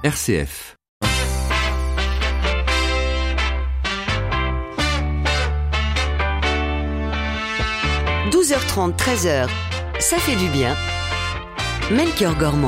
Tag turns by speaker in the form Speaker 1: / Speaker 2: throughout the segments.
Speaker 1: RCF. « 12h30, 13h, ça fait du bien. » Melchior Gormand.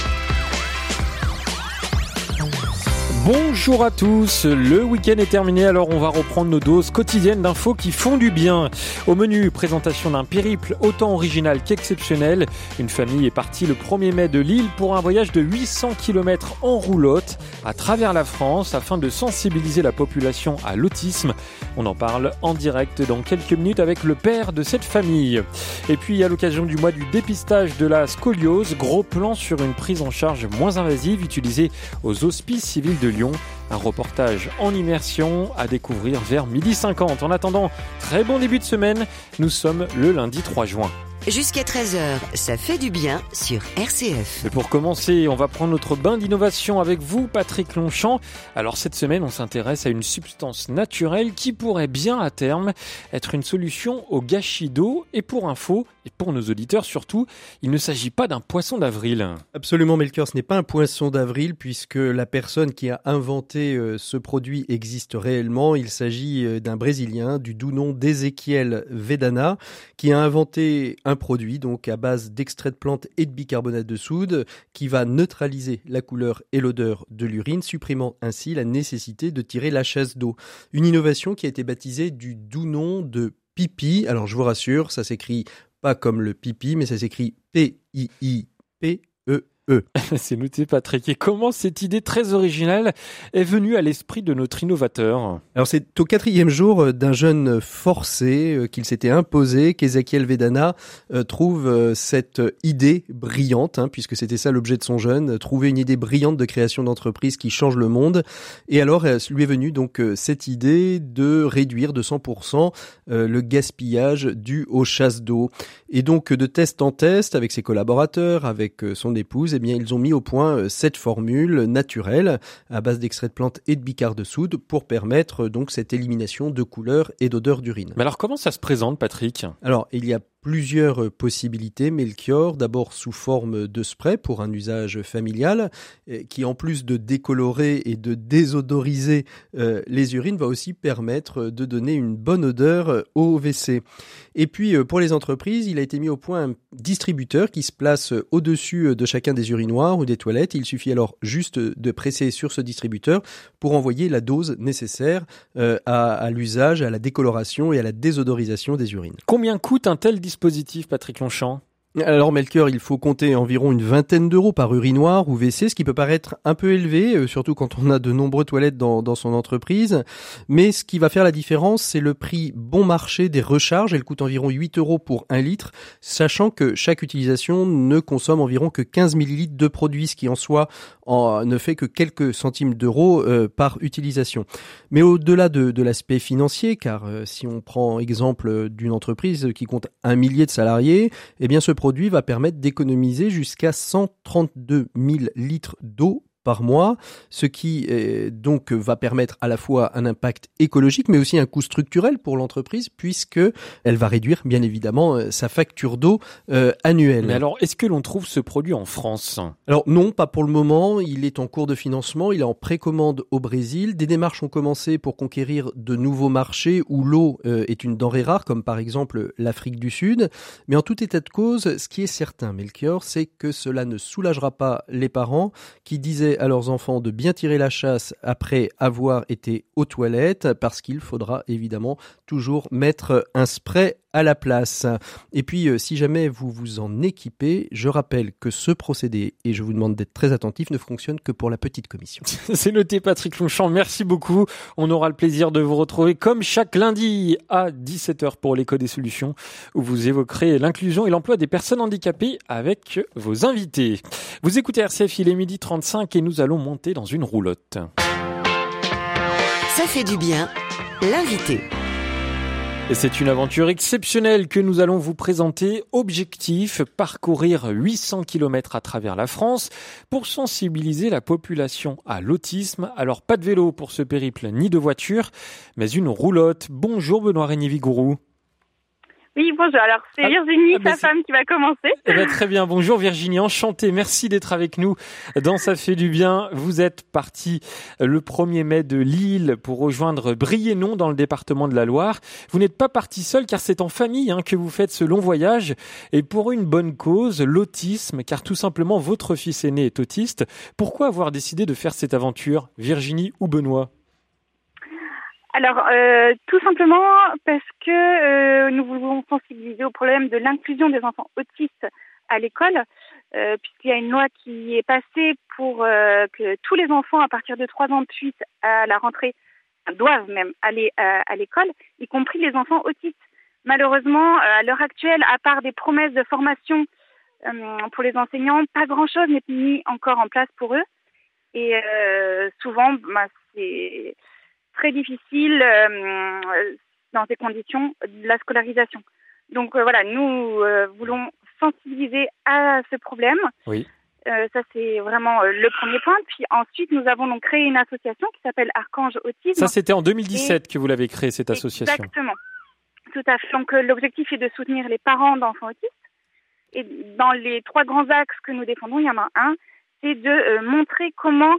Speaker 2: Bonjour à tous, le week-end est terminé, alors on va reprendre nos doses quotidiennes d'infos qui font du bien. Au menu, présentation d'un périple autant original qu'exceptionnel. Une famille est partie le 1er mai de Lille pour un voyage de 800 km en roulotte à travers la France afin de sensibiliser la population à l'autisme. On en parle en direct dans quelques minutes avec le père de cette famille. Et puis à l'occasion du mois du dépistage de la scoliose, gros plan sur une prise en charge moins invasive utilisée aux hospices civils de Lyon. Un reportage en immersion à découvrir vers 12h50. En attendant, très bon début de semaine. Nous sommes le lundi 3 juin.
Speaker 1: Jusqu'à 13h, ça fait du bien sur RCF.
Speaker 2: Et pour commencer, on va prendre notre bain d'innovation avec vous, Patrick Longchamp. Alors cette semaine, on s'intéresse à une substance naturelle qui pourrait bien à terme être une solution au gâchis d'eau. Et pour info, et pour nos auditeurs surtout, il ne s'agit pas d'un poisson d'avril.
Speaker 3: Absolument, Melchior, ce n'est pas un poisson d'avril puisque la personne qui a inventé ce produit existe réellement. Il s'agit d'un Brésilien du doux nom d'Ezequiel Vedana qui a inventé un produit donc à base d'extrait de plantes et de bicarbonate de soude qui va neutraliser la couleur et l'odeur de l'urine, supprimant ainsi la nécessité de tirer la chasse d'eau. Une innovation qui a été baptisée du doux nom de Pipi. Alors je vous rassure, ça s'écrit pas comme le pipi, mais ça s'écrit P-I-I-P-E-E.
Speaker 2: C'est noté, Patrick. Et comment cette idée très originale est venue à l'esprit de notre innovateur ?
Speaker 3: Alors c'est au 4e jour d'un jeûne forcé qu'il s'était imposé qu'Ezequiel Vedana trouve cette idée brillante, puisque c'était ça l'objet de son jeûne, trouver une idée brillante de création d'entreprise qui change le monde. Et alors lui est venue donc cette idée de réduire de 100% le gaspillage dû aux chasses d'eau. Et donc de test en test avec ses collaborateurs, avec son épouse, eh bien, ils ont mis au point cette formule naturelle à base d'extrait de plantes et de bicarb de soude pour permettre donc cette élimination de couleurs et d'odeurs d'urine.
Speaker 2: Mais alors comment ça se présente, Patrick ?
Speaker 3: Alors, il y a plusieurs possibilités, Melchior, d'abord sous forme de spray pour un usage familial, qui en plus de décolorer et de désodoriser les urines, va aussi permettre de donner une bonne odeur au WC. Et puis pour les entreprises, il a été mis au point un distributeur qui se place au-dessus de chacun des urinoirs ou des toilettes. Il suffit alors juste de presser sur ce distributeur pour envoyer la dose nécessaire à l'usage, à la décoloration et à la désodorisation des urines.
Speaker 2: Combien coûte un tel dispositif, Patrick Longchamp ?
Speaker 3: Alors Melchior, il faut compter environ une vingtaine d'euros par urinoir ou WC, ce qui peut paraître un peu élevé, surtout quand on a de nombreuses toilettes dans son entreprise. Mais ce qui va faire la différence, c'est le prix bon marché des recharges. Elle coûte environ 8 euros pour 1 litre, sachant que chaque utilisation ne consomme environ que 15 millilitres de produit, ce qui en soi ne fait que quelques centimes d'euros par utilisation. Mais au-delà de l'aspect financier, car si on prend exemple d'une entreprise qui compte 1 millier de salariés, eh bien ce produit va permettre d'économiser jusqu'à 132 000 litres d'eau par mois, ce qui donc va permettre à la fois un impact écologique mais aussi un coût structurel pour l'entreprise puisque elle va réduire bien évidemment sa facture d'eau annuelle.
Speaker 2: Mais alors, est-ce que l'on trouve ce produit en France ?
Speaker 3: Alors non, pas pour le moment, il est en cours de financement, il est en précommande au Brésil. Des démarches ont commencé pour conquérir de nouveaux marchés où l'eau est une denrée rare comme par exemple l'Afrique du Sud. Mais en tout état de cause, ce qui est certain, Melchior, c'est que cela ne soulagera pas les parents qui disaient à leurs enfants de bien tirer la chasse après avoir été aux toilettes parce qu'il faudra évidemment toujours mettre un spray à la place. Et puis, si jamais vous vous en équipez, je rappelle que ce procédé, et je vous demande d'être très attentif, ne fonctionne que pour la petite commission.
Speaker 2: C'est noté, Patrick Longchamp. Merci beaucoup. On aura le plaisir de vous retrouver comme chaque lundi à 17h pour l'Écho des solutions, où vous évoquerez l'inclusion et l'emploi des personnes handicapées avec vos invités. Vous écoutez RCF, il est 12h35 et nous allons monter dans une roulotte.
Speaker 1: Ça fait du bien, l'invité.
Speaker 2: Et c'est une aventure exceptionnelle que nous allons vous présenter. Objectif, parcourir 800 km à travers la France pour sensibiliser la population à l'autisme. Alors pas de vélo pour ce périple, ni de voiture, mais une roulotte. Bonjour Benoît Régnier-Vigourou.
Speaker 4: Oui, bonjour. Alors, c'est Virginie, sa femme, qui va commencer.
Speaker 2: Eh ben, très bien. Bonjour Virginie, enchantée. Merci d'être avec nous dans Ça fait du bien. Vous êtes partie le 1er mai de Lille pour rejoindre Briennon dans le département de la Loire. Vous n'êtes pas partie seule car c'est en famille que vous faites ce long voyage et pour une bonne cause, l'autisme, car tout simplement votre fils aîné est autiste. Pourquoi avoir décidé de faire cette aventure, Virginie ou Benoît ?
Speaker 4: Alors, tout simplement parce que nous voulons sensibiliser au problème de l'inclusion des enfants autistes à l'école, puisqu'il y a une loi qui est passée pour que tous les enfants à partir de 3 ans de suite à la rentrée doivent même aller à l'école, y compris les enfants autistes. Malheureusement, à l'heure actuelle, à part des promesses de formation pour les enseignants, pas grand-chose n'est mis encore en place pour eux. Et souvent, c'est très difficile dans ces conditions de la scolarisation. Donc voilà, nous voulons sensibiliser à ce problème.
Speaker 2: Oui.
Speaker 4: Ça, c'est vraiment le premier point. Puis ensuite, nous avons donc créé une association qui s'appelle Archange Autisme.
Speaker 2: Ça, c'était en 2017 que vous l'avez créée, cette association.
Speaker 4: Exactement. Tout à fait. Donc l'objectif est de soutenir les parents d'enfants autistes. Et dans les 3 grands axes que nous défendons, il y en a un, c'est de montrer comment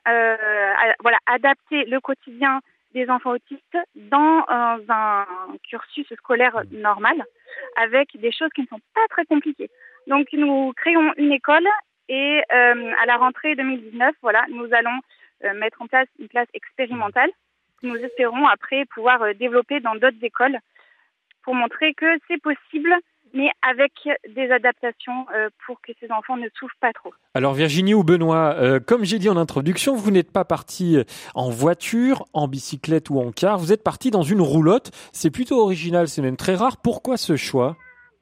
Speaker 4: adapter le quotidien des enfants autistes dans un cursus scolaire normal, avec des choses qui ne sont pas très compliquées. Donc nous créons une école et à la rentrée 2019, nous allons mettre en place une classe expérimentale que nous espérons après pouvoir développer dans d'autres écoles pour montrer que c'est possible, mais avec des adaptations pour que ces enfants ne souffrent pas trop.
Speaker 2: Alors Virginie ou Benoît, comme j'ai dit en introduction, vous n'êtes pas parti en voiture, en bicyclette ou en car, vous êtes parti dans une roulotte. C'est plutôt original, c'est même très rare. Pourquoi ce choix ?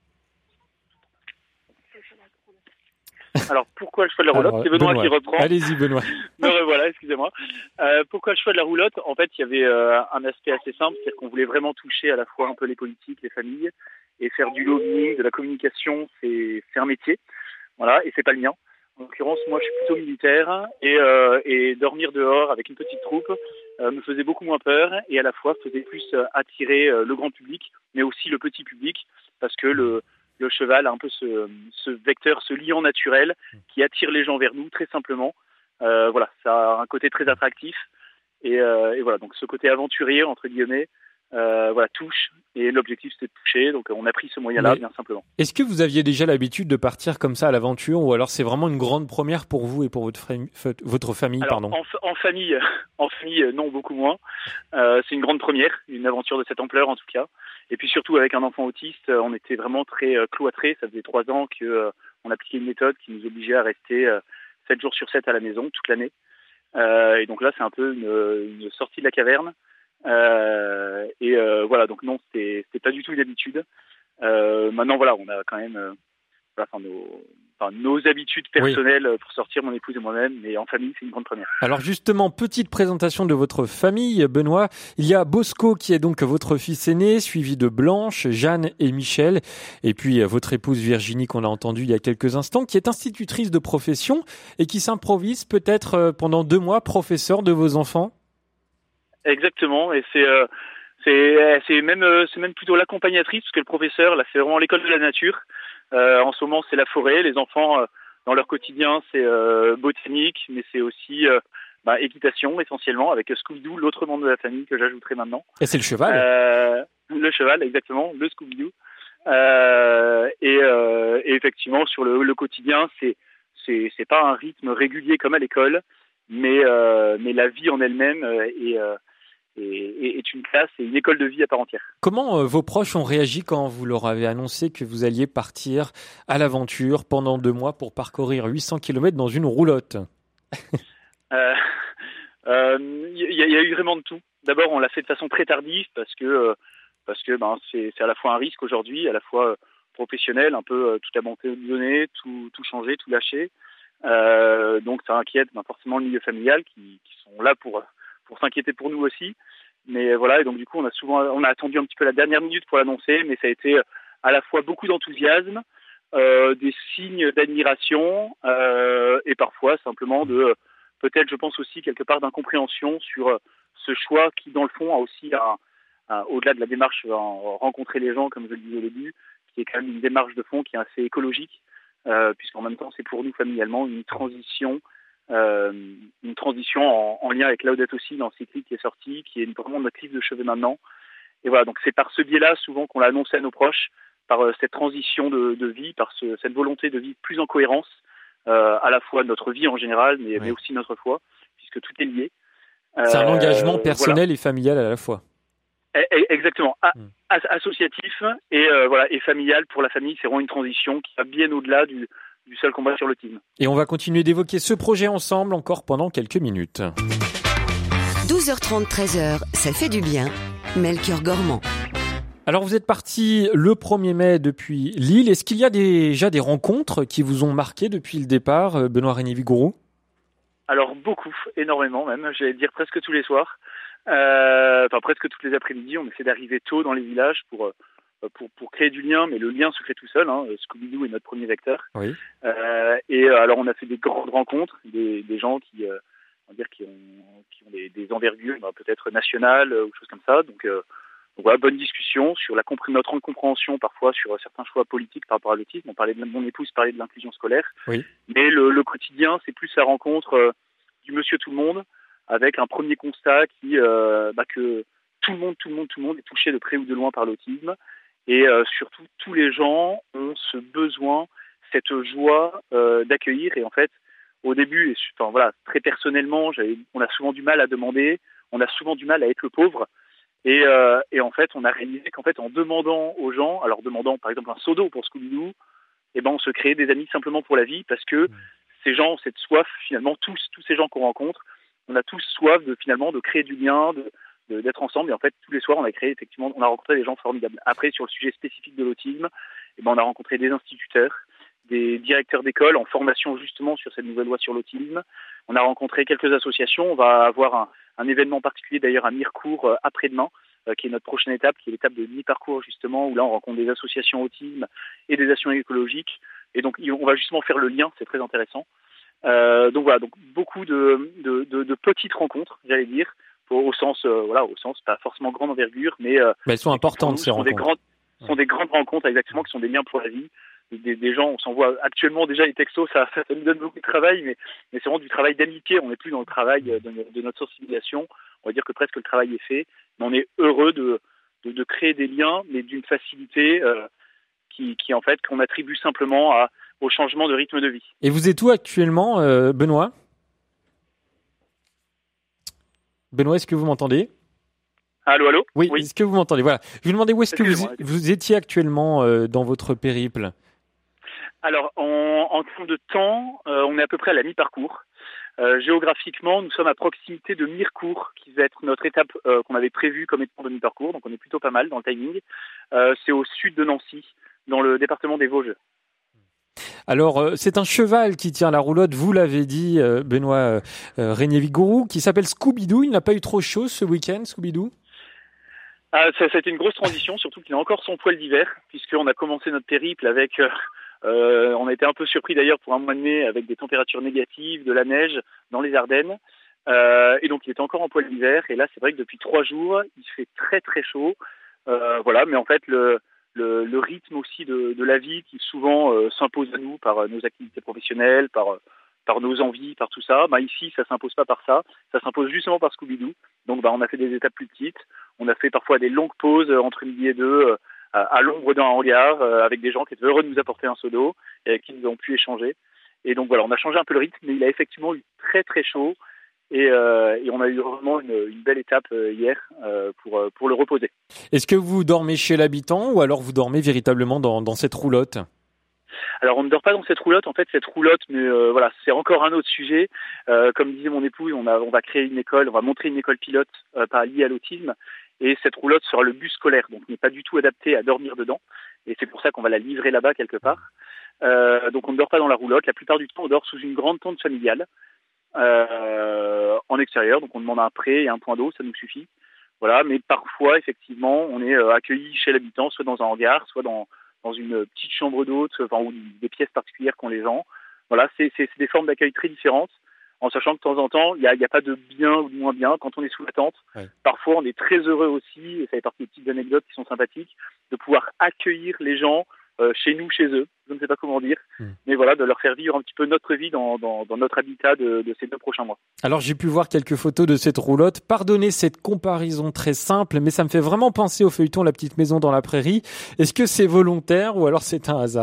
Speaker 5: Alors, pourquoi le choix de la roulotte ? C'est Benoît qui reprend.
Speaker 2: Allez-y, Benoît.
Speaker 5: Voilà, excusez-moi. Pourquoi le choix de la roulotte ? En fait, il y avait un aspect assez simple, c'est-à-dire qu'on voulait vraiment toucher à la fois un peu les politiques, les familles, et faire du lobbying, de la communication, c'est un métier. Voilà, et c'est pas le mien. En l'occurrence, moi, je suis plutôt militaire, et dormir dehors avec une petite troupe me faisait beaucoup moins peur, et à la fois faisait plus attirer le grand public, mais aussi le petit public, parce que le cheval a un peu ce vecteur, ce liant naturel qui attire les gens vers nous, très simplement. Voilà, ça a un côté très attractif. Et voilà, donc ce côté aventurier, entre guillemets, touche. Et l'objectif, c'était de toucher. Donc on a pris ce moyen-là, bien simplement.
Speaker 2: Est-ce que vous aviez déjà l'habitude de partir comme ça à l'aventure, ou alors c'est vraiment une grande première pour vous et pour votre famille,
Speaker 5: alors,
Speaker 2: pardon.
Speaker 5: En famille, non, beaucoup moins. C'est une grande première, une aventure de cette ampleur en tout cas. Et puis surtout avec un enfant autiste, on était vraiment très cloîtrés. Ça faisait 3 ans que on appliquait une méthode qui nous obligeait à rester 7 jours sur 7 à la maison toute l'année. Et donc là, c'est un peu une sortie de la caverne. Voilà, donc non, c'était pas du tout une habitude. Maintenant, voilà, on a quand même nos habitudes personnelles pour sortir, mon épouse et moi-même, mais en famille, c'est une grande première.
Speaker 2: Alors justement, petite présentation de votre famille, Benoît. Il y a Bosco qui est donc votre fils aîné, suivi de Blanche, Jeanne et Michel, et puis votre épouse Virginie qu'on a entendue il y a quelques instants, qui est institutrice de profession et qui s'improvise peut-être pendant 2 mois professeur de vos enfants.
Speaker 5: Exactement, et c'est même plutôt l'accompagnatrice, parce que le professeur, là, c'est vraiment l'école de la nature. En ce moment, c'est la forêt. Les enfants, dans leur quotidien, c'est botanique, mais c'est aussi équitation, essentiellement, avec Scooby-Doo, l'autre membre de la famille que j'ajouterai maintenant.
Speaker 2: Et c'est le cheval.
Speaker 5: Le cheval, exactement, le Scooby-Doo. Et effectivement, sur le quotidien, c'est pas un rythme régulier comme à l'école, mais la vie en elle-même est une classe et une école de vie à part entière.
Speaker 2: Comment vos proches ont réagi quand vous leur avez annoncé que vous alliez partir à l'aventure pendant 2 mois pour parcourir 800 km dans une roulotte ?
Speaker 5: Il y a eu vraiment de tout. D'abord, on l'a fait de façon très tardive parce que c'est à la fois un risque aujourd'hui, à la fois professionnel, un peu tout abandonner, tout changer, tout lâcher. Donc ça inquiète forcément le milieu familial qui sont là pour s'inquiéter pour nous aussi. Mais voilà, et donc du coup on a attendu un petit peu la dernière minute pour l'annoncer, mais ça a été à la fois beaucoup d'enthousiasme, des signes d'admiration et parfois simplement peut-être je pense aussi quelque part d'incompréhension sur ce choix qui dans le fond a aussi au-delà de la démarche rencontrer les gens, comme je le disais au début, qui est quand même une démarche de fond qui est assez écologique, puisqu'en même temps c'est pour nous familialement une transition en lien avec Laudato Si dans le cycle qui est sorti, qui est vraiment notre livre de chevet maintenant. Et voilà, donc c'est par ce biais-là souvent qu'on l'a annoncé à nos proches, par cette transition de vie, par cette volonté de vivre plus en cohérence, à la fois notre vie en général, mais aussi notre foi, puisque tout est lié.
Speaker 2: C'est un engagement personnel et familial à la fois.
Speaker 5: Exactement, associatif et familial pour la famille. C'est vraiment une transition qui va bien au-delà du seul combat sur l'autisme.
Speaker 2: Et on va continuer d'évoquer ce projet ensemble encore pendant quelques minutes.
Speaker 1: 12h30, 13h, ça fait du bien. Melchior Gormand.
Speaker 2: Alors vous êtes parti le 1er mai depuis Lille. Est-ce qu'il y a déjà des rencontres qui vous ont marqué depuis le départ, Benoît Régnier-Vigouroux ?
Speaker 5: Alors beaucoup, énormément même, j'allais dire presque tous les soirs. Presque toutes les après-midi, on essaie d'arriver tôt dans les villages pour créer du lien, mais le lien se crée tout seul. Scooby-Doo est notre premier vecteur.
Speaker 2: Oui.
Speaker 5: Alors on a fait des grandes rencontres, des gens qui ont des envergures, peut-être nationales ou choses comme ça. Donc voilà, bonne discussion sur notre incompréhension parfois sur certains choix politiques par rapport à l'autisme. Mon épouse parlait de l'inclusion scolaire. Oui. Mais le quotidien, c'est plus la rencontre du monsieur tout le monde, avec un premier constat que tout le monde est touché de près ou de loin par l'autisme. Et surtout, tous les gens ont ce besoin, cette joie d'accueillir. Et en fait, au début, très personnellement, on a souvent du mal à demander, on a souvent du mal à être le pauvre. Et en fait, on a réalisé qu'en fait, en demandant aux gens, demandant par exemple un seau d'eau pour Scooby-Doo, on se crée des amis simplement pour la vie, parce que ces gens ont cette soif, finalement, tous ces gens qu'on rencontre, on a tous soif de créer du lien, d'être ensemble. Et en fait, tous les soirs, on a rencontré des gens formidables. Après, sur le sujet spécifique de l'autisme, on a rencontré des instituteurs, des directeurs d'école en formation justement sur cette nouvelle loi sur l'autisme. On a rencontré quelques associations. On va avoir un événement particulier d'ailleurs à Mirecourt après-demain, qui est notre prochaine étape, qui est l'étape de mi-parcours justement, où là on rencontre des associations autisme et des actions écologiques. Et donc on va justement faire le lien, c'est très intéressant. Donc beaucoup de petites rencontres, j'allais dire, au sens pas forcément grande envergure, mais
Speaker 2: elles sont importantes ces rencontres.
Speaker 5: Sont des grandes rencontres exactement, qui sont des liens pour la vie. Des gens, on s'envoie actuellement déjà les textos, ça nous donne beaucoup de travail, mais c'est vraiment du travail d'amitié. On n'est plus dans le travail de notre sensibilisation. On va dire que presque le travail est fait, mais on est heureux de créer des liens, mais d'une facilité qui en fait qu'on attribue simplement au changement de rythme de vie.
Speaker 2: Et vous êtes où actuellement, Benoît ? Benoît, est-ce que vous m'entendez ?
Speaker 5: Allô ?
Speaker 2: Oui, est-ce que vous m'entendez ? Voilà. Je vous demandais où est-ce que vous étiez actuellement dans votre périple ?
Speaker 5: Alors, en termes de temps, on est à peu près à la mi-parcours. Géographiquement, nous sommes à proximité de Mirecourt, qui va être notre étape qu'on avait prévue comme étape de mi-parcours, donc on est plutôt pas mal dans le timing. C'est au sud de Nancy, dans le département des Vosges.
Speaker 2: Alors, c'est un cheval qui tient la roulotte, vous l'avez dit, Benoît Régnier-Vigouroux, qui s'appelle Scooby-Doo. Il n'a pas eu trop chaud ce week-end, Scooby-Doo ?
Speaker 5: Ça a été une grosse transition, surtout qu'il a encore son poil d'hiver, puisqu'on a commencé notre périple avec... on a été un peu surpris d'ailleurs pour un mois de mai avec des températures négatives, de la neige dans les Ardennes. Et donc il était encore en poil d'hiver. Et là, c'est vrai que depuis 3 jours, il fait très très chaud. Mais en fait, le rythme aussi de la vie qui souvent s'impose à nous par nos activités professionnelles, par nos envies, par tout ça. Ici, ça s'impose pas par ça. Ça s'impose justement par Scooby-Doo. Donc on a fait des étapes plus petites. On a fait parfois des longues pauses entre midi et 2 à l'ombre d'un hangar avec des gens qui étaient heureux de nous apporter un seau d'eau et avec qui nous avons pu échanger. Et donc on a changé un peu le rythme, mais il a effectivement eu très très chaud et on a eu vraiment une belle étape hier pour le reposer.
Speaker 2: Est-ce que vous dormez chez l'habitant ou alors vous dormez véritablement dans cette roulotte ?
Speaker 5: Alors on ne dort pas dans cette roulotte, en fait cette roulotte, mais c'est encore un autre sujet. Comme disait mon épouse, on va créer une école, on va montrer une école pilote liée à l'autisme. Et cette roulotte sera le bus scolaire, donc n'est pas du tout adaptée à dormir dedans. Et c'est pour ça qu'on va la livrer là-bas quelque part. Donc on ne dort pas dans la roulotte. La plupart du temps, on dort sous une grande tente familiale en extérieur. Donc on demande un pré et un point d'eau, ça nous suffit. Voilà. Mais parfois, effectivement, on est accueilli chez l'habitant, soit dans un hangar, soit dans une petite chambre d'hôte, ou des pièces particulières qu'ont les gens. Voilà, c'est des formes d'accueil très différentes. en sachant que de temps en temps, il y a pas de bien ou de moins bien. Quand on est sous la tente, parfois on est très heureux aussi, et ça fait partie des petites anecdotes qui sont sympathiques, de pouvoir accueillir les gens chez nous, chez eux, je ne sais pas comment dire, mais voilà, de leur faire vivre un petit peu notre vie dans notre habitat de ces 2 prochains mois.
Speaker 2: Alors j'ai pu voir quelques photos de cette roulotte. Pardonnez cette comparaison très simple, mais ça me fait vraiment penser au feuilleton La petite maison dans la prairie. Est-ce que c'est volontaire ou alors c'est un hasard ?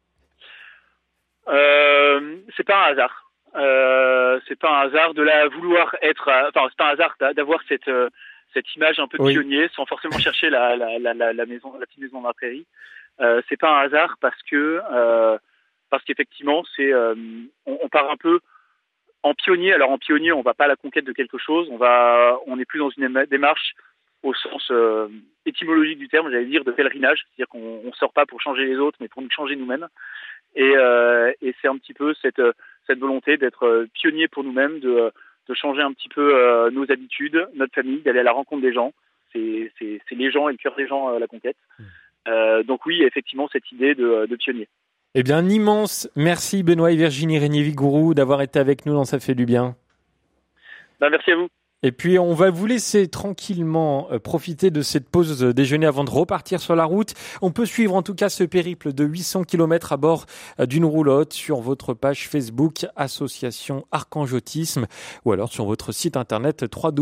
Speaker 5: C'est pas un hasard. C'est pas un hasard de la vouloir être. Enfin, c'est pas un hasard d'avoir cette image un peu de pionnier, sans forcément chercher la maison, la petite maison dans la prairie. C'est pas un hasard parce qu'effectivement on part un peu en pionnier. Alors en pionnier, on va pas à la conquête de quelque chose, on est plus dans une démarche au sens étymologique du terme, j'allais dire de pèlerinage, c'est-à-dire qu'on sort pas pour changer les autres, mais pour nous changer nous-mêmes. Et c'est un petit peu cette volonté d'être pionnier pour nous-mêmes, de changer un petit peu nos habitudes, notre famille, d'aller à la rencontre des gens. C'est les gens et le cœur des gens la conquête. Donc oui, effectivement, cette idée de pionnier.
Speaker 2: Eh bien, un immense merci Benoît et Virginie Régnier-Vigourou d'avoir été avec nous dans Ça fait du bien.
Speaker 5: Merci à vous.
Speaker 2: Et puis, on va vous laisser tranquillement profiter de cette pause déjeuner avant de repartir sur la route. On peut suivre en tout cas ce périple de 800 km à bord d'une roulotte sur votre page Facebook Association Archange Autisme ou alors sur votre site internet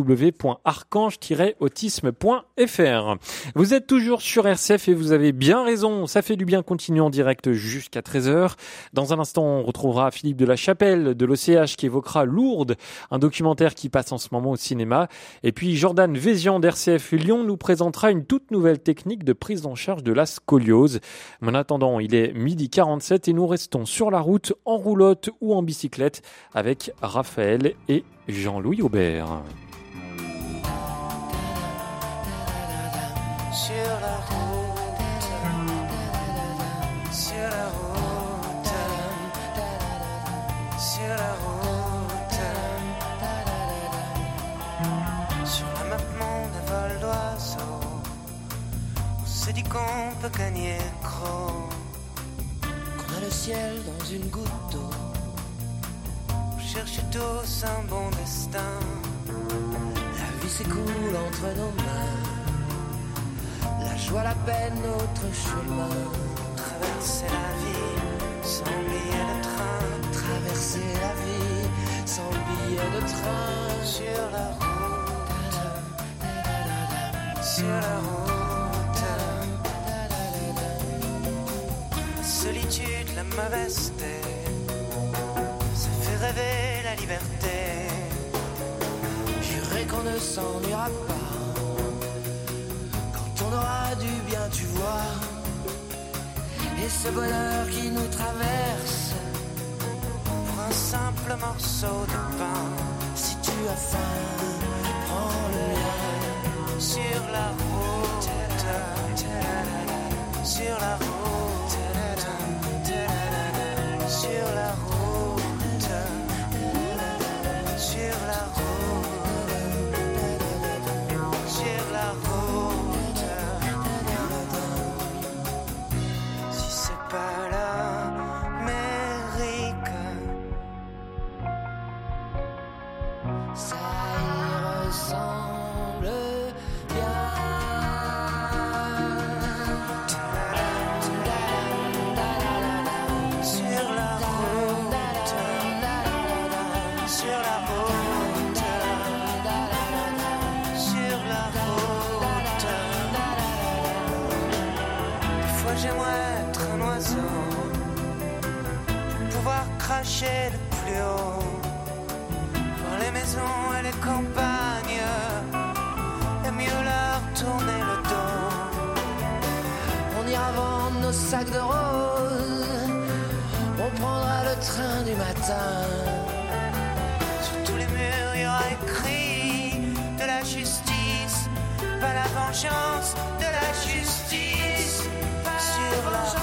Speaker 2: www.archange-autisme.fr. Vous êtes toujours sur RCF et vous avez bien raison. Ça fait du bien, continue en direct jusqu'à 13h. Dans un instant, on retrouvera Philippe de la Chapelle de l'OCH qui évoquera Lourdes, un documentaire qui passe en ce moment au cinéma. Et puis Jordan Vézian d'RCF Lyon nous présentera une toute nouvelle technique de prise en charge de la scoliose. Mais en attendant, il est 12h47 et nous restons sur la route en roulotte ou en bicyclette avec Raphaël et Jean-Louis Aubert.
Speaker 6: Sur la route, sur la route, sur la route. Sur l'abattement d'un vol d'oiseau, on se dit qu'on peut gagner gros, qu'on a le ciel dans une goutte d'eau. On cherche tous un bon destin. La vie s'écoule entre nos mains, la joie, la peine, notre chemin. Traverser la vie sans billet de train, traverser la vie sans billet de train. Sur la route, sur la route, la solitude, la mauvaiseté, ça fait rêver la liberté. Jurez qu'on ne s'ennuiera pas quand on aura du bien, tu vois. Et ce bonheur qui nous traverse, pour un simple morceau de pain. Si tu as faim, prends le mien. Sur la route, sur la route, sur la route, sur la route, sur la route. Si c'est pas l'Amérique, ça y ressemble. J'aimerais être un oiseau pour pouvoir cracher le plus haut, voir les maisons et les campagnes et mieux leur tourner le dos. On ira vendre nos sacs de roses, on prendra le train du matin. Sur tous les murs il y aura écrit de la justice, pas la vengeance, de la justice. Sur la route,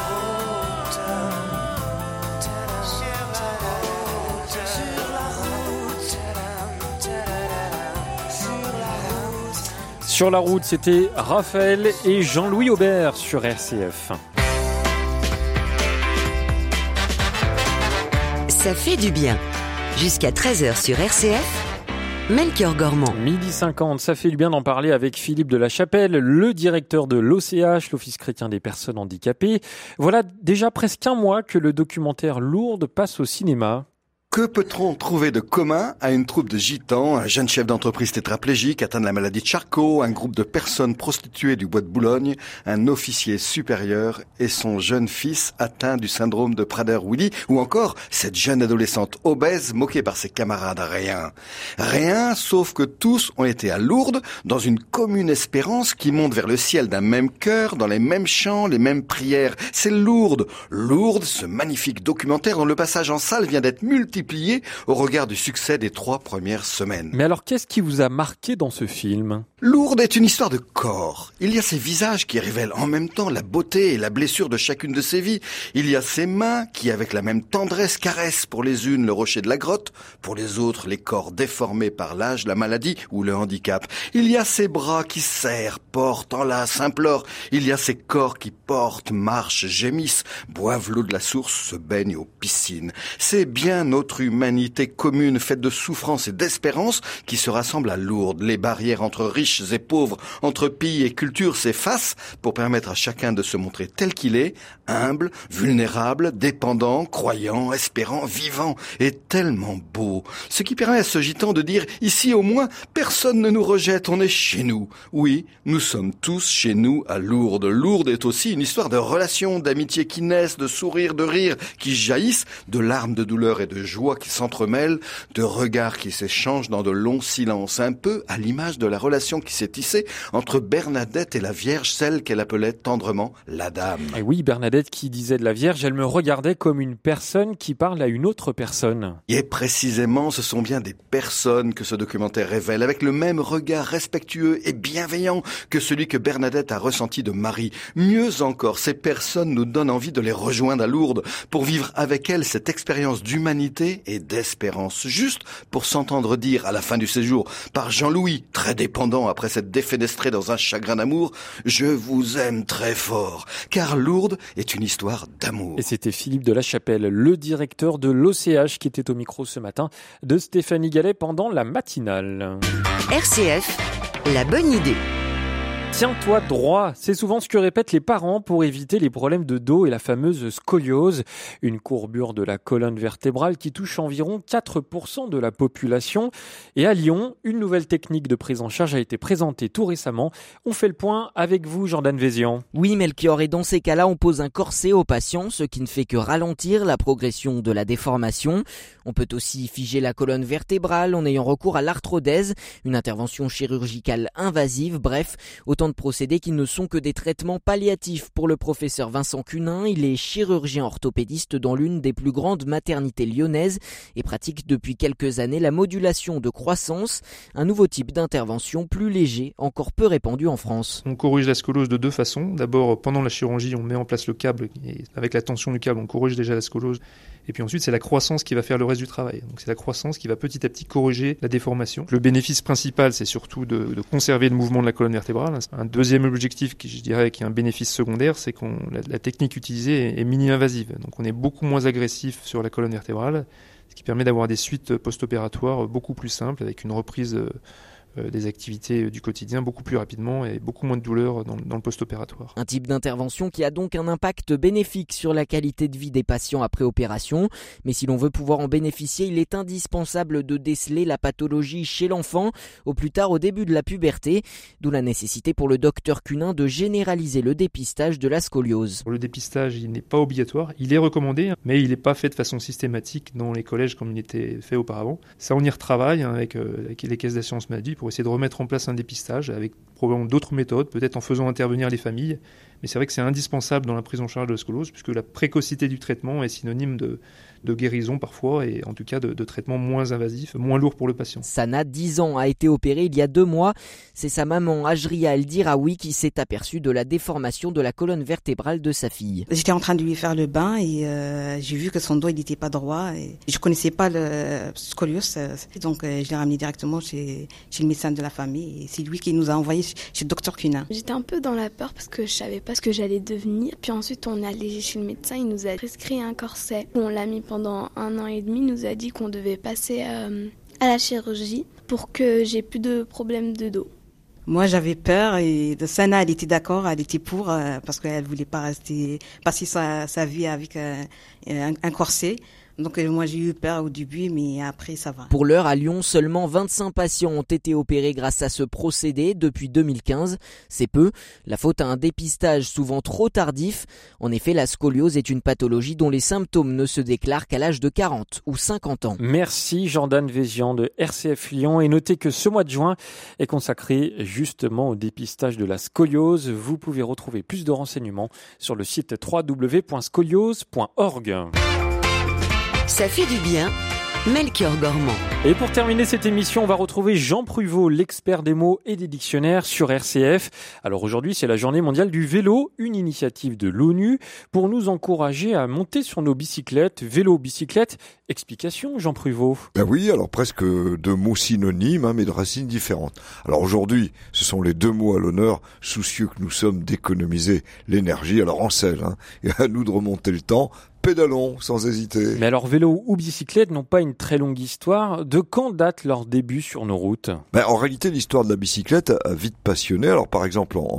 Speaker 6: sur la route, sur la route, sur la route.
Speaker 2: Sur la route, c'était Raphaël et Jean-Louis Aubert sur RCF.
Speaker 1: Ça fait du bien. Jusqu'à 13h sur RCF, Melchior Gormand.
Speaker 2: 12h50, ça fait du bien d'en parler avec Philippe de la Chapelle, le directeur de l'OCH, l'Office chrétien des personnes handicapées. Voilà déjà presque un mois que le documentaire Lourdes passe au cinéma.
Speaker 7: Que peut-on trouver de commun à une troupe de gitans, un jeune chef d'entreprise tétraplégique atteint de la maladie de Charcot, un groupe de personnes prostituées du bois de Boulogne, un officier supérieur et son jeune fils atteint du syndrome de Prader-Willi, ou encore cette jeune adolescente obèse moquée par ses camarades? Rien, sauf que tous ont été à Lourdes, dans une commune espérance qui monte vers le ciel d'un même cœur, dans les mêmes chants, les mêmes prières. C'est Lourdes, ce magnifique documentaire dont le passage en salle vient d'être multiplié au regard du succès des 3 premières semaines.
Speaker 2: Mais alors, qu'est-ce qui vous a marqué dans ce film ?
Speaker 7: Lourdes est une histoire de corps. Il y a ces visages qui révèlent en même temps la beauté et la blessure de chacune de ces vies. Il y a ces mains qui, avec la même tendresse, caressent pour les unes le rocher de la grotte, pour les autres les corps déformés par l'âge, la maladie ou le handicap. Il y a ces bras qui serrent, portent, enlacent, implorent. Il y a ces corps qui portent, marchent, gémissent, boivent l'eau de la source, se baignent aux piscines. C'est bien notre humanité commune faite de souffrance et d'espérance qui se rassemble à Lourdes. Les barrières entre riches et pauvres, entre pays et cultures s'effacent pour permettre à chacun de se montrer tel qu'il est, humble, vulnérable, dépendant, croyant, espérant, vivant et tellement beau. Ce qui permet à ce gitan de dire, ici au moins, personne ne nous rejette, on est chez nous. Oui, nous sommes tous chez nous à Lourdes. Lourdes est aussi une histoire de relations, d'amitié qui naissent, de sourires, de rires qui jaillissent, de larmes de douleur et de joie qui s'entremêlent, de regards qui s'échangent dans de longs silences, un peu à l'image de la relation qui s'est tissée entre Bernadette et la Vierge, celle qu'elle appelait tendrement la Dame.
Speaker 2: Et oui, Bernadette qui disait de la Vierge, elle me regardait comme une personne qui parle à une autre personne.
Speaker 7: Et précisément, ce sont bien des personnes que ce documentaire révèle, avec le même regard respectueux et bienveillant que celui que Bernadette a ressenti de Marie. Mieux encore, ces personnes nous donnent envie de les rejoindre à Lourdes pour vivre avec elles cette expérience d'humanité et d'espérance, juste pour s'entendre dire à la fin du séjour par Jean-Louis, très dépendant après s'être défenestré dans un chagrin d'amour, « Je vous aime très fort », car Lourdes est une histoire d'amour.
Speaker 2: Et c'était Philippe de la Chapelle, le directeur de l'OCH, qui était au micro ce matin de Stéphanie Gallet pendant la matinale.
Speaker 1: RCF, la bonne idée.
Speaker 2: Tiens-toi droit, c'est souvent ce que répètent les parents pour éviter les problèmes de dos et la fameuse scoliose, une courbure de la colonne vertébrale qui touche environ 4% de la population. Et à Lyon, une nouvelle technique de prise en charge a été présentée tout récemment. On fait le point avec vous, Jordan Vézian.
Speaker 8: Oui, Melchior, et dans ces cas-là, on pose un corset au patient, ce qui ne fait que ralentir la progression de la déformation. On peut aussi figer la colonne vertébrale en ayant recours à l'arthrodèse, une intervention chirurgicale invasive, bref, autant de procédés qui ne sont que des traitements palliatifs pour le professeur Vincent Cunin. Il est chirurgien orthopédiste dans l'une des plus grandes maternités lyonnaises et pratique depuis quelques années la modulation de croissance, un nouveau type d'intervention plus léger, encore peu répandu en France.
Speaker 9: On corrige la scoliose de 2 façons. D'abord, pendant la chirurgie, on met en place le câble et avec la tension du câble, on corrige déjà la scoliose. Et puis ensuite, c'est la croissance qui va faire le reste du travail. Donc c'est la croissance qui va petit à petit corriger la déformation. Le bénéfice principal, c'est surtout de conserver le mouvement de la colonne vertébrale. Un deuxième objectif, qui je dirais qui est un bénéfice secondaire, c'est que la technique utilisée est mini-invasive. Donc on est beaucoup moins agressif sur la colonne vertébrale, ce qui permet d'avoir des suites post-opératoires beaucoup plus simples, avec une reprise des activités du quotidien beaucoup plus rapidement et beaucoup moins de douleur dans le post-opératoire.
Speaker 8: Un type d'intervention qui a donc un impact bénéfique sur la qualité de vie des patients après opération. Mais si l'on veut pouvoir en bénéficier, il est indispensable de déceler la pathologie chez l'enfant, au plus tard au début de la puberté, d'où la nécessité pour le docteur Cunin de généraliser le dépistage de la scoliose.
Speaker 9: Le dépistage, il n'est pas obligatoire, il est recommandé, mais il n'est pas fait de façon systématique dans les collèges comme il était fait auparavant. Ça, on y retravaille avec les caisses d'assurance maladie pour essayer de remettre en place un dépistage avec probablement d'autres méthodes, peut-être en faisant intervenir les familles. Mais c'est vrai que c'est indispensable dans la prise en charge de la scoliose, puisque la précocité du traitement est synonyme de guérison parfois, et en tout cas de traitement moins invasif, moins lourd pour le patient.
Speaker 8: Sana, 10 ans, a été opérée il y a 2 mois. C'est sa maman, Ajria El Diraoui, qui s'est aperçue de la déformation de la colonne vertébrale de sa fille.
Speaker 10: J'étais en train de lui faire le bain et j'ai vu que son dos il n'était pas droit. Et je connaissais pas le scoliose, donc je l'ai ramené directement chez le médecin de la famille. Et c'est lui qui nous a envoyé chez le docteur Cunin.
Speaker 11: J'étais un peu dans la peur parce que je savais pas pas ce que j'allais devenir. Puis ensuite, on est allé chez le médecin, il nous a prescrit un corset. On l'a mis pendant 1 an et demi, il nous a dit qu'on devait passer à la chirurgie pour que j'ai plus de problèmes de dos.
Speaker 10: Moi, j'avais peur et Sana, elle était d'accord, elle était pour parce qu'elle voulait pas passer sa vie avec un corset. Donc moi, j'ai eu peur au début, mais après, ça va.
Speaker 8: Pour l'heure, à Lyon, seulement 25 patients ont été opérés grâce à ce procédé depuis 2015. C'est peu. La faute à un dépistage souvent trop tardif. En effet, la scoliose est une pathologie dont les symptômes ne se déclarent qu'à l'âge de 40 ou 50 ans.
Speaker 2: Merci Jordan Vézian de RCF Lyon. Et notez que ce mois de juin est consacré justement au dépistage de la scoliose. Vous pouvez retrouver plus de renseignements sur le site www.scoliose.org.
Speaker 1: Ça fait du bien, Melchior Gormand.
Speaker 2: Et pour terminer cette émission, on va retrouver Jean Pruvot, l'expert des mots et des dictionnaires sur RCF. Alors aujourd'hui, c'est la journée mondiale du vélo, une initiative de l'ONU pour nous encourager à monter sur nos bicyclettes. Vélo, bicyclette, explication Jean Pruvot.
Speaker 12: Ben oui, alors presque 2 mots synonymes, mais de racines différentes. Alors aujourd'hui, ce sont les 2 mots à l'honneur, soucieux que nous sommes d'économiser l'énergie. Alors en selle, et à nous de remonter le temps. Pédalons sans hésiter.
Speaker 2: Mais alors vélo ou bicyclette n'ont pas une très longue histoire. De quand date leur début sur nos routes ?
Speaker 12: En réalité, l'histoire de la bicyclette a vite passionné. Alors par exemple, en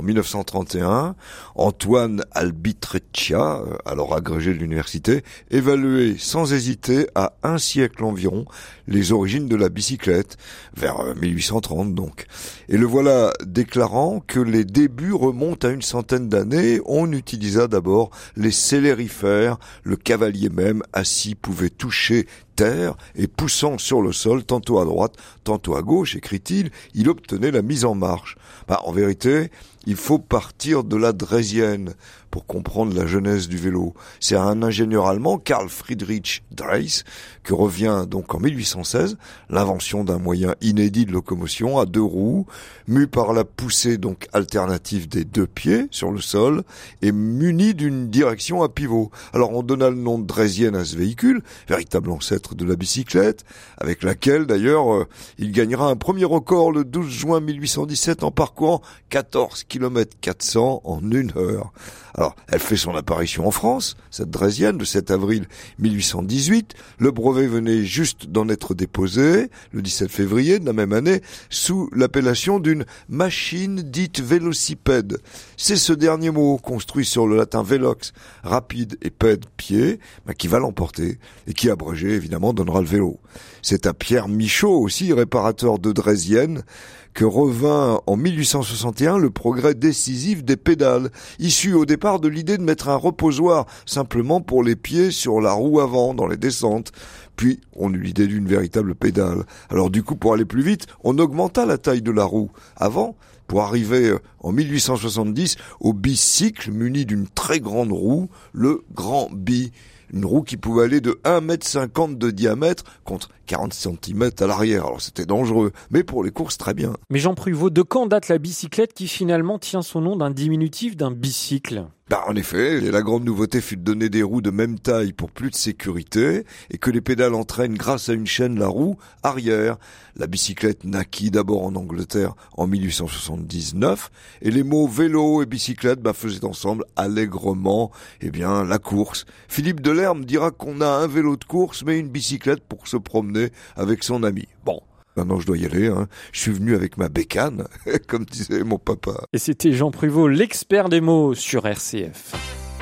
Speaker 12: 1931, Antoine Albitreccia, alors agrégé de l'université, évaluait sans hésiter à 1 siècle environ les origines de la bicyclette, vers 1830 donc. Et le voilà déclarant que les débuts remontent à une centaine d'années. On utilisa d'abord les célérifères. Le cavalier même, assis, pouvait toucher terre et poussant sur le sol, tantôt à droite, tantôt à gauche, écrit-il, il obtenait la mise en marche. En vérité, il faut partir de la Dresienne pour comprendre la genèse du vélo. C'est un ingénieur allemand, Karl Friedrich Dreis, que revient donc en 1816 l'invention d'un moyen inédit de locomotion à 2 roues, mu par la poussée donc alternative des 2 pieds sur le sol et muni d'une direction à pivot. Alors on donna le nom de Dresienne à ce véhicule, véritable ancêtre de la bicyclette, avec laquelle d'ailleurs il gagnera un premier record le 12 juin 1817 en parcourant 14 km 400 en 1 heure. Alors, elle fait son apparition en France, cette Dresienne, le 7 avril 1818. Le brevet venait juste d'en être déposé, le 17 février de la même année, sous l'appellation d'une machine dite vélocipède. C'est ce dernier mot, construit sur le latin velox, rapide, et pède, pied, qui va l'emporter, et qui, abrégé, évidemment, donnera le vélo. C'est à Pierre Michaud, aussi réparateur de Dresienne, que revint en 1861 le progrès décisif des pédales, issu au départ de l'idée de mettre un reposoir simplement pour les pieds sur la roue avant dans les descentes. Puis on eut l'idée d'une véritable pédale. Alors du coup, pour aller plus vite, on augmenta la taille de la roue avant, pour arriver en 1870 au bicycle muni d'une très grande roue, le grand bi. Une roue qui pouvait aller de 1,50 m de diamètre contre 40 cm à l'arrière. Alors c'était dangereux, mais pour les courses, très bien.
Speaker 2: Mais Jean Pruvot, de quand date la bicyclette qui finalement tient son nom d'un diminutif d'un bicycle ?
Speaker 12: En effet, la grande nouveauté fut de donner des roues de même taille pour plus de sécurité et que les pédales entraînent grâce à une chaîne la roue arrière. La bicyclette naquit d'abord en Angleterre en 1879 et les mots vélo et bicyclette faisaient ensemble allègrement la course. Philippe Delerme dira qu'on a un vélo de course mais une bicyclette pour se promener avec son ami. Bon. Maintenant, je dois y aller. Je suis venu avec ma bécane, comme disait mon papa.
Speaker 2: Et c'était Jean Pruvot, l'expert des mots sur RCF.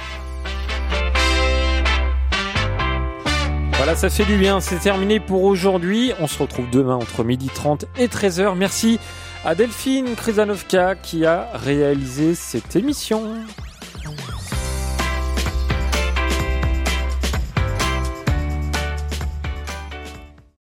Speaker 2: Voilà, ça fait du bien. C'est terminé pour aujourd'hui. On se retrouve demain entre 12h30 et 13h. Merci à Delphine Krizanovka qui a réalisé cette émission.